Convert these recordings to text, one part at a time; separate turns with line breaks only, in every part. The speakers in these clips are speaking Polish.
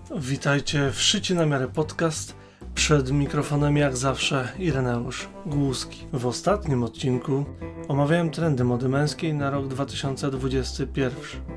Witajcie w Szycie na miarę podcast. Przed mikrofonem jak zawsze Ireneusz Głuski. W ostatnim odcinku omawiałem trendy mody męskiej na rok 2021.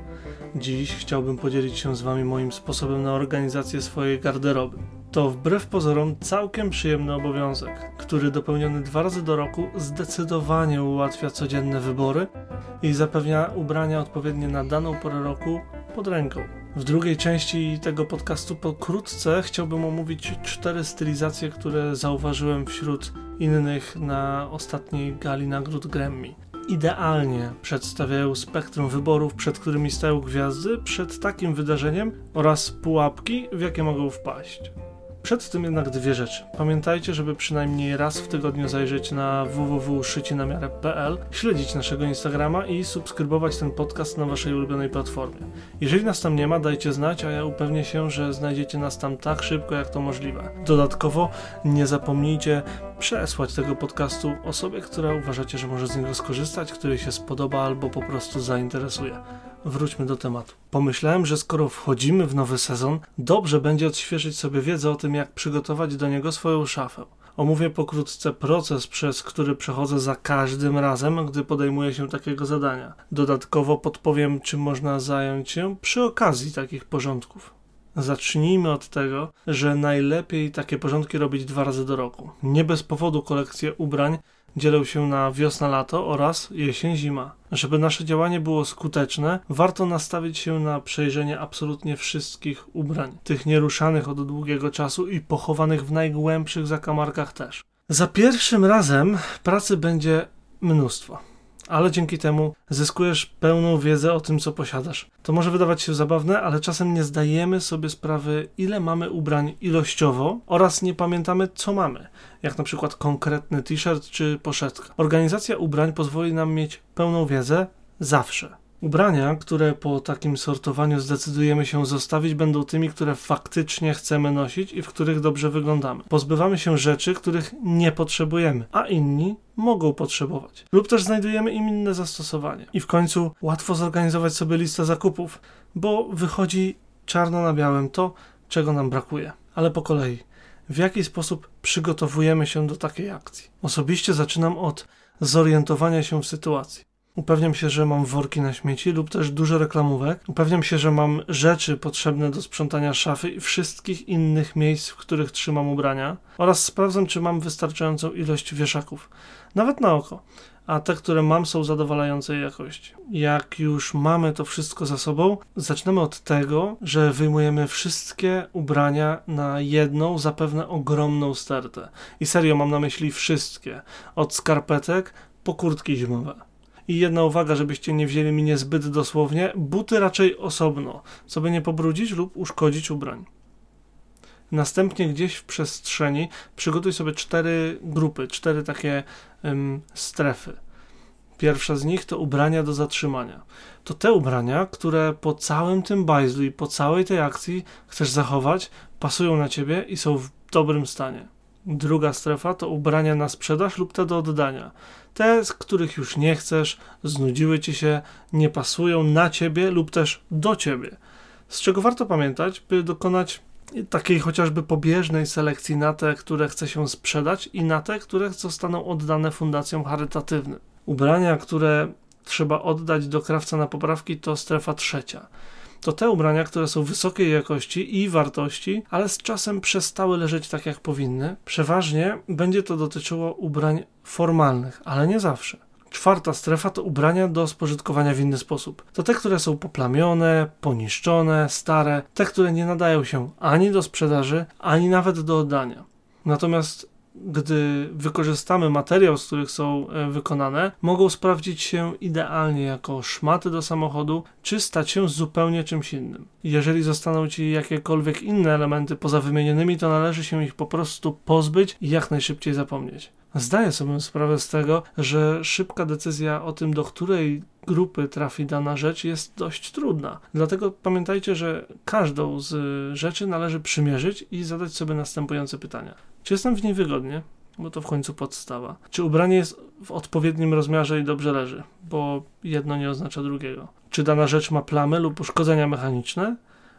Dziś chciałbym podzielić się z Wami moim sposobem na organizację swojej garderoby. To wbrew pozorom całkiem przyjemny obowiązek, który dopełniony 2 razy do roku zdecydowanie ułatwia codzienne wybory i zapewnia ubrania odpowiednie na daną porę roku pod ręką. W drugiej części tego podcastu pokrótce chciałbym omówić 4 stylizacje, które zauważyłem wśród innych na ostatniej gali nagród Grammy. Idealnie przedstawiają spektrum wyborów, przed którymi stoją gwiazdy przed takim wydarzeniem oraz pułapki, w jakie mogą wpaść. Przed tym jednak 2 rzeczy. Pamiętajcie, żeby przynajmniej raz w tygodniu zajrzeć na www.szycinamiarę.pl, śledzić naszego Instagrama i subskrybować ten podcast na waszej ulubionej platformie. Jeżeli nas tam nie ma, dajcie znać, a ja upewnię się, że znajdziecie nas tam tak szybko, jak to możliwe. Dodatkowo nie zapomnijcie przesłać tego podcastu osobie, która uważacie, że może z niego skorzystać, której się spodoba albo po prostu zainteresuje. Wróćmy do tematu. Pomyślałem, że skoro wchodzimy w nowy sezon, dobrze będzie odświeżyć sobie wiedzę o tym, jak przygotować do niego swoją szafę. Omówię pokrótce proces, przez który przechodzę za każdym razem, gdy podejmuję się takiego zadania. Dodatkowo podpowiem, czym można zająć się przy okazji takich porządków. Zacznijmy od tego, że najlepiej takie porządki robić 2 razy do roku. Nie bez powodu kolekcje ubrań dzielą się na wiosna-lato oraz jesień-zima. Żeby nasze działanie było skuteczne, warto nastawić się na przejrzenie absolutnie wszystkich ubrań, tych nieruszanych od długiego czasu i pochowanych w najgłębszych zakamarkach też. Za pierwszym razem pracy będzie mnóstwo, ale dzięki temu zyskujesz pełną wiedzę o tym, co posiadasz. To może wydawać się zabawne, ale czasem nie zdajemy sobie sprawy, ile mamy ubrań ilościowo oraz nie pamiętamy, co mamy, jak na przykład konkretny t-shirt czy poszetka. Organizacja ubrań pozwoli nam mieć pełną wiedzę zawsze. Ubrania, które po takim sortowaniu zdecydujemy się zostawić, będą tymi, które faktycznie chcemy nosić i w których dobrze wyglądamy. Pozbywamy się rzeczy, których nie potrzebujemy, a inni mogą potrzebować. Lub też znajdujemy im inne zastosowanie. I w końcu łatwo zorganizować sobie listę zakupów, bo wychodzi czarno na białym to, czego nam brakuje. Ale po kolei. W jaki sposób przygotowujemy się do takiej akcji? Osobiście zaczynam od zorientowania się w sytuacji. Upewniam się, że mam worki na śmieci lub też dużo reklamówek. Upewniam się, że mam rzeczy potrzebne do sprzątania szafy i wszystkich innych miejsc, w których trzymam ubrania. Oraz sprawdzam, czy mam wystarczającą ilość wieszaków. Nawet na oko. A te, które mam, są zadowalającej jakości. Jak już mamy to wszystko za sobą, zaczynamy od tego, że wyjmujemy wszystkie ubrania na jedną, zapewne ogromną stertę. I serio mam na myśli wszystkie. Od skarpetek po kurtki zimowe. I jedna uwaga, żebyście nie wzięli mnie niezbyt dosłownie, buty raczej osobno, co by nie pobrudzić lub uszkodzić ubrań. Następnie gdzieś w przestrzeni przygotuj sobie 4 grupy, 4 takie strefy. Pierwsza z nich to ubrania do zatrzymania. To te ubrania, które po całym tym bajzlu i po całej tej akcji chcesz zachować, pasują na ciebie i są w dobrym stanie. Druga strefa to ubrania na sprzedaż lub te do oddania. Te, z których już nie chcesz, znudziły ci się, nie pasują na ciebie lub też do ciebie. Z czego warto pamiętać, by dokonać takiej chociażby pobieżnej selekcji na te, które chce się sprzedać i na te, które zostaną oddane fundacjom charytatywnym. Ubrania, które trzeba oddać do krawca na poprawki, to strefa 3. To te ubrania, które są wysokiej jakości i wartości, ale z czasem przestały leżeć tak, jak powinny. Przeważnie będzie to dotyczyło ubrań formalnych, ale nie zawsze. 4. strefa to ubrania do spożytkowania w inny sposób. To te, które są poplamione, poniszczone, stare, te, które nie nadają się ani do sprzedaży, ani nawet do oddania. Natomiast gdy wykorzystamy materiał, z których są wykonane, mogą sprawdzić się idealnie jako szmaty do samochodu, czy stać się zupełnie czymś innym. Jeżeli zostaną ci jakiekolwiek inne elementy poza wymienionymi, to należy się ich po prostu pozbyć i jak najszybciej zapomnieć. Zdaję sobie sprawę z tego, że szybka decyzja o tym, do której grupy trafi dana rzecz, jest dość trudna. Dlatego pamiętajcie, że każdą z rzeczy należy przymierzyć i zadać sobie następujące pytania. Czy jestem w niej wygodnie? Bo to w końcu podstawa. Czy ubranie jest w odpowiednim rozmiarze i dobrze leży? Bo jedno nie oznacza drugiego. Czy dana rzecz ma plamy lub uszkodzenia mechaniczne?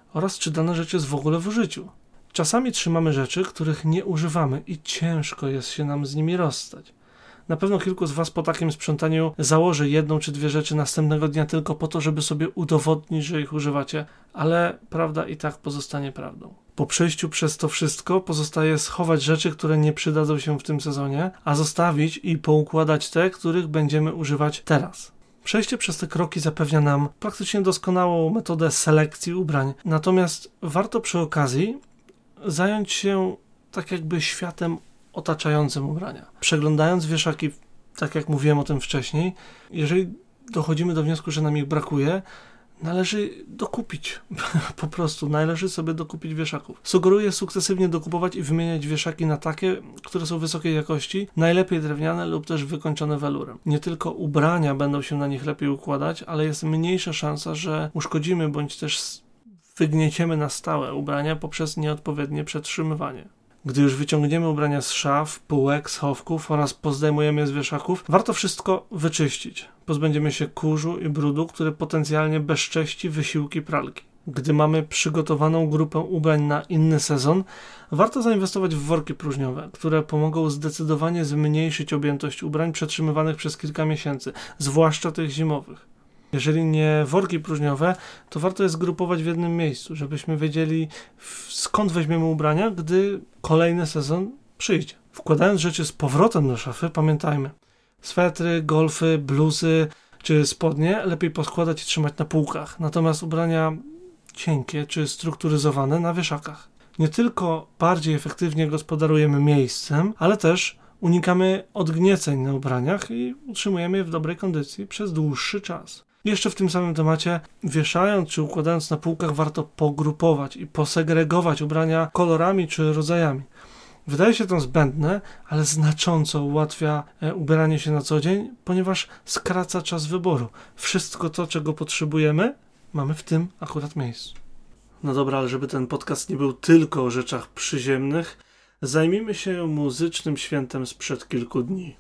oraz czy dana rzecz jest w ogóle w użyciu. Czasami trzymamy rzeczy, których nie używamy i ciężko jest się nam z nimi rozstać. Na pewno kilku z Was po takim sprzątaniu założy 1 czy 2 rzeczy następnego dnia tylko po to, żeby sobie udowodnić, że ich używacie, ale prawda i tak pozostanie prawdą. Po przejściu przez to wszystko pozostaje schować rzeczy, które nie przydadzą się w tym sezonie, a zostawić i poukładać te, których będziemy używać teraz. Przejście przez te kroki zapewnia nam praktycznie doskonałą metodę selekcji ubrań, natomiast warto przy okazji zająć się tak jakby światem otaczającym ubrania. Przeglądając wieszaki, tak jak mówiłem o tym wcześniej, jeżeli dochodzimy do wniosku, że nam ich brakuje, należy dokupić. Po prostu należy sobie dokupić wieszaków. Sugeruję sukcesywnie dokupować i wymieniać wieszaki na takie, które są wysokiej jakości, najlepiej drewniane lub też wykończone welurem. Nie tylko ubrania będą się na nich lepiej układać, ale jest mniejsza szansa, że uszkodzimy bądź też wygnieciemy na stałe ubrania poprzez nieodpowiednie przetrzymywanie. Gdy już wyciągniemy ubrania z szaf, półek, schowków oraz pozdejmujemy je z wieszaków, warto wszystko wyczyścić. Pozbędziemy się kurzu i brudu, który potencjalnie bezcześci wysiłki pralki. Gdy mamy przygotowaną grupę ubrań na inny sezon, warto zainwestować w worki próżniowe, które pomogą zdecydowanie zmniejszyć objętość ubrań przetrzymywanych przez kilka miesięcy, zwłaszcza tych zimowych. Jeżeli nie worki próżniowe, to warto je zgrupować w jednym miejscu, żebyśmy wiedzieli, skąd weźmiemy ubrania, gdy kolejny sezon przyjdzie. Wkładając rzeczy z powrotem do szafy, pamiętajmy, swetry, golfy, bluzy czy spodnie lepiej poskładać i trzymać na półkach, natomiast ubrania cienkie czy strukturyzowane na wieszakach. Nie tylko bardziej efektywnie gospodarujemy miejscem, ale też unikamy odgnieceń na ubraniach i utrzymujemy je w dobrej kondycji przez dłuższy czas. Jeszcze w tym samym temacie, wieszając czy układając na półkach, warto pogrupować i posegregować ubrania kolorami czy rodzajami. Wydaje się to zbędne, ale znacząco ułatwia ubieranie się na co dzień, ponieważ skraca czas wyboru. Wszystko to, czego potrzebujemy, mamy w tym akurat miejscu. No dobra, ale żeby ten podcast nie był tylko o rzeczach przyziemnych, zajmijmy się muzycznym świętem sprzed kilku dni.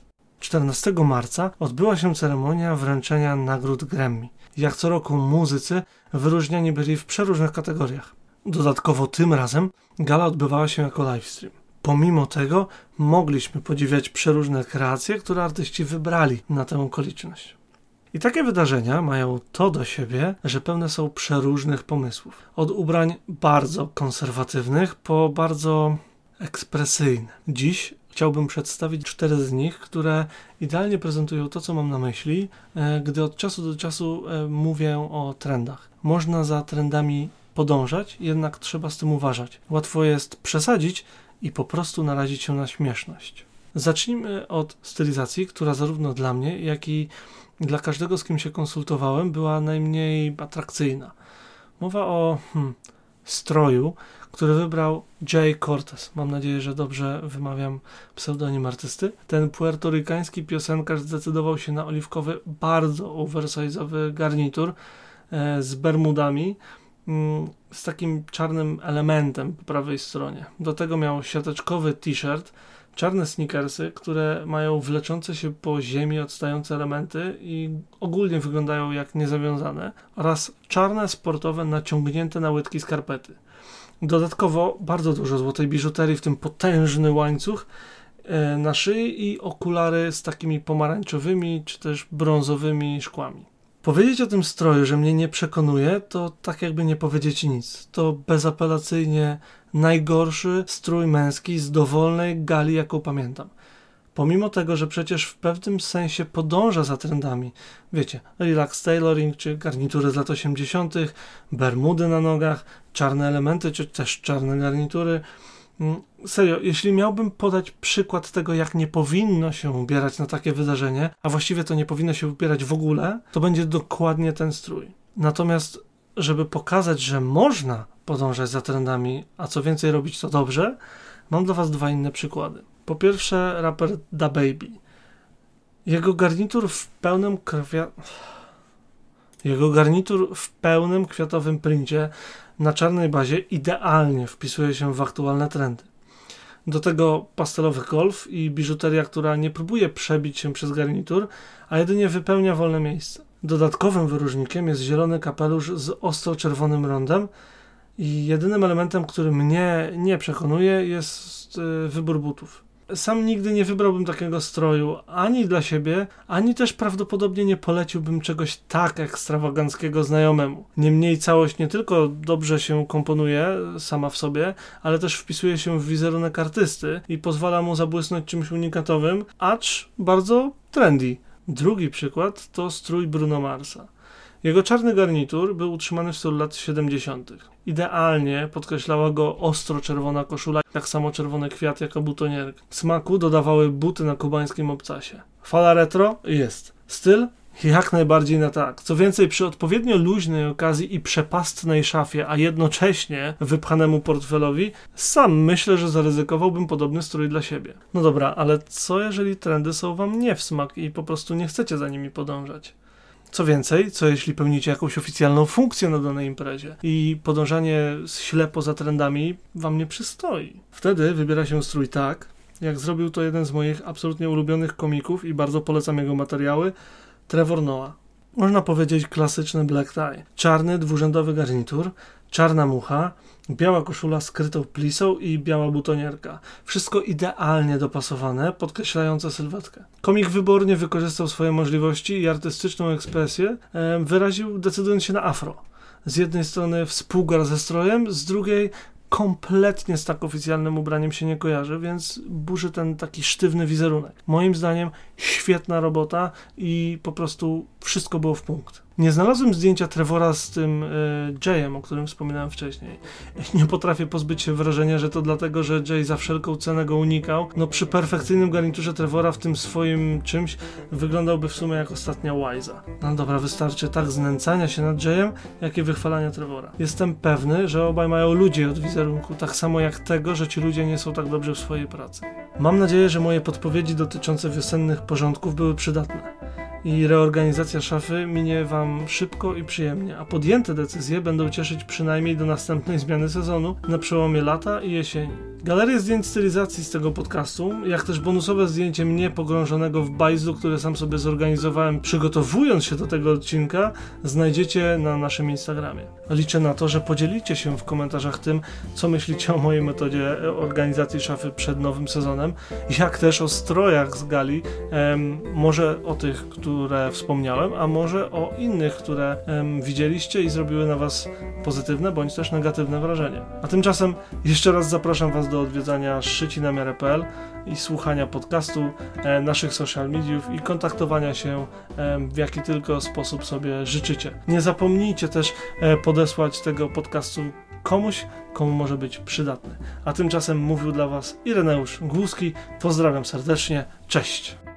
14 marca odbyła się ceremonia wręczenia nagród Grammy. Jak co roku muzycy wyróżniani byli w przeróżnych kategoriach. Dodatkowo tym razem gala odbywała się jako livestream. Pomimo tego mogliśmy podziwiać przeróżne kreacje, które artyści wybrali na tę okoliczność. I takie wydarzenia mają to do siebie, że pełne są przeróżnych pomysłów. Od ubrań bardzo konserwatywnych po bardzo ekspresyjne. Dziś chciałbym przedstawić 4 z nich, które idealnie prezentują to, co mam na myśli, gdy od czasu do czasu mówię o trendach. Można za trendami podążać, jednak trzeba z tym uważać. Łatwo jest przesadzić i po prostu narazić się na śmieszność. Zacznijmy od stylizacji, która zarówno dla mnie, jak i dla każdego, z kim się konsultowałem, była najmniej atrakcyjna. Mowa o stroju, który wybrał Jay Cortez. Mam nadzieję, że dobrze wymawiam pseudonim artysty. Ten puertorykański piosenkarz zdecydował się na oliwkowy, bardzo oversize'owy garnitur z bermudami, z takim czarnym elementem po prawej stronie. Do tego miał siateczkowy t-shirt, czarne sneakersy, które mają wleczące się po ziemi odstające elementy i ogólnie wyglądają jak niezawiązane, oraz czarne, sportowe, naciągnięte na łydki skarpety. Dodatkowo bardzo dużo złotej biżuterii, w tym potężny łańcuch na szyi i okulary z takimi pomarańczowymi czy też brązowymi szkłami. Powiedzieć o tym stroju, że mnie nie przekonuje, to tak jakby nie powiedzieć nic. To bezapelacyjnie najgorszy strój męski z dowolnej gali, jaką pamiętam. Pomimo tego, że przecież w pewnym sensie podąża za trendami. Wiecie, relax tailoring czy garnitury z lat 80., bermudy na nogach, czarne elementy czy też czarne garnitury. Serio, jeśli miałbym podać przykład tego, jak nie powinno się ubierać na takie wydarzenie, a właściwie to nie powinno się ubierać w ogóle, to będzie dokładnie ten strój. Natomiast, żeby pokazać, że można podążać za trendami, a co więcej robić to dobrze, mam dla Was 2 inne przykłady. Po pierwsze, raper DaBaby. Jego garnitur w pełnym kwiatowym princie na czarnej bazie idealnie wpisuje się w aktualne trendy. Do tego pastelowy golf i biżuteria, która nie próbuje przebić się przez garnitur, a jedynie wypełnia wolne miejsce. Dodatkowym wyróżnikiem jest zielony kapelusz z ostro czerwonym rondem I jedynym elementem, który mnie nie przekonuje, jest wybór butów. Sam nigdy nie wybrałbym takiego stroju ani dla siebie, ani też prawdopodobnie nie poleciłbym czegoś tak ekstrawaganckiego znajomemu. Niemniej całość nie tylko dobrze się komponuje sama w sobie, ale też wpisuje się w wizerunek artysty i pozwala mu zabłysnąć czymś unikatowym, acz bardzo trendy. Drugi przykład to strój Bruno Marsa. Jego czarny garnitur był utrzymany w stylu lat 70. Idealnie podkreślała go ostro czerwona koszula, tak samo czerwony kwiat jako butonierka. Smaku dodawały buty na kubańskim obcasie. Fala retro? Jest. Styl? Jak najbardziej na tak. Co więcej, przy odpowiednio luźnej okazji i przepastnej szafie, a jednocześnie wypchanemu portfelowi, sam myślę, że zaryzykowałbym podobny strój dla siebie. No dobra, ale co jeżeli trendy są wam nie w smak i po prostu nie chcecie za nimi podążać? Co więcej, co jeśli pełnicie jakąś oficjalną funkcję na danej imprezie i podążanie ślepo za trendami wam nie przystoi? Wtedy wybiera się strój tak, jak zrobił to jeden z moich absolutnie ulubionych komików i bardzo polecam jego materiały, Trevor Noah. Można powiedzieć klasyczny black tie. Czarny, dwurzędowy garnitur, czarna mucha, biała koszula z krytą plisą i biała butonierka. Wszystko idealnie dopasowane, podkreślające sylwetkę. Komik wybornie wykorzystał swoje możliwości i artystyczną ekspresję wyraził decydując się na afro. Z jednej strony współgra ze strojem, z drugiej kompletnie z tak oficjalnym ubraniem się nie kojarzy, więc burzy ten taki sztywny wizerunek. Moim zdaniem świetna robota i po prostu wszystko było w punkt. Nie znalazłem zdjęcia Trevora z tym Jayem, o którym wspominałem wcześniej. Nie potrafię pozbyć się wrażenia, że to dlatego, że Jay za wszelką cenę go unikał. No przy perfekcyjnym garniturze Trevora w tym swoim czymś wyglądałby w sumie jak ostatnia Wise'a. No dobra, wystarczy tak znęcania się nad Jayem, jak i wychwalania Trevora. Jestem pewny, że obaj mają ludzi od wizerunku, tak samo jak tego, że ci ludzie nie są tak dobrzy w swojej pracy. Mam nadzieję, że moje podpowiedzi dotyczące wiosennych porządków były przydatne. I reorganizacja szafy minie wam szybko i przyjemnie, a podjęte decyzje będą cieszyć przynajmniej do następnej zmiany sezonu na przełomie lata i jesieni. Galerię zdjęć stylizacji z tego podcastu, jak też bonusowe zdjęcie mnie pogrążonego w bajzlu, które sam sobie zorganizowałem przygotowując się do tego odcinka, znajdziecie na naszym Instagramie. Liczę na to, że podzielicie się w komentarzach tym, co myślicie o mojej metodzie organizacji szafy przed nowym sezonem, jak też o strojach z gali, może o tych, które wspomniałem, a może o innych, które widzieliście i zrobiły na was pozytywne bądź też negatywne wrażenie. A tymczasem jeszcze raz zapraszam was do odwiedzania szycinamiarę.pl i słuchania podcastu, naszych social mediów i kontaktowania się w jaki tylko sposób sobie życzycie. Nie zapomnijcie też podesłać tego podcastu komuś, komu może być przydatny. A tymczasem mówił dla was Ireneusz Głuski. Pozdrawiam serdecznie. Cześć!